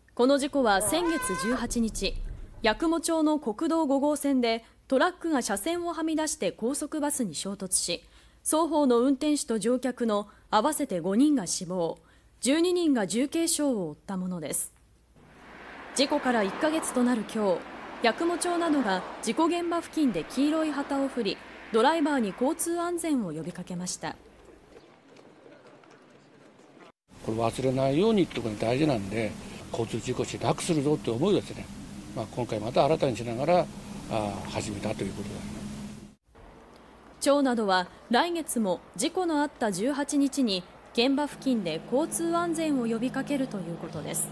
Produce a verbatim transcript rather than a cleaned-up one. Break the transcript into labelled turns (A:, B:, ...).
A: この事故は先月じゅうはちにち、八雲町の国道ご号線でトラックが車線をはみ出して高速バスに衝突し、双方の運転手と乗客の合わせてごにんが死亡、じゅうににんが重軽傷を負ったものです。事故からいっかげつとなる今日、八雲町などが事故現場付近で黄色い旗を振り、ドライバーに交通安全を呼びかけました。
B: これ忘れないようにということが大事なんで、交通事故して楽するぞという思いをですね、まあ、今回また新たにしながらあ始めたということです。
A: 町などは来月も事故のあったじゅうはちにちに現場付近で交通安全を呼びかけるということです。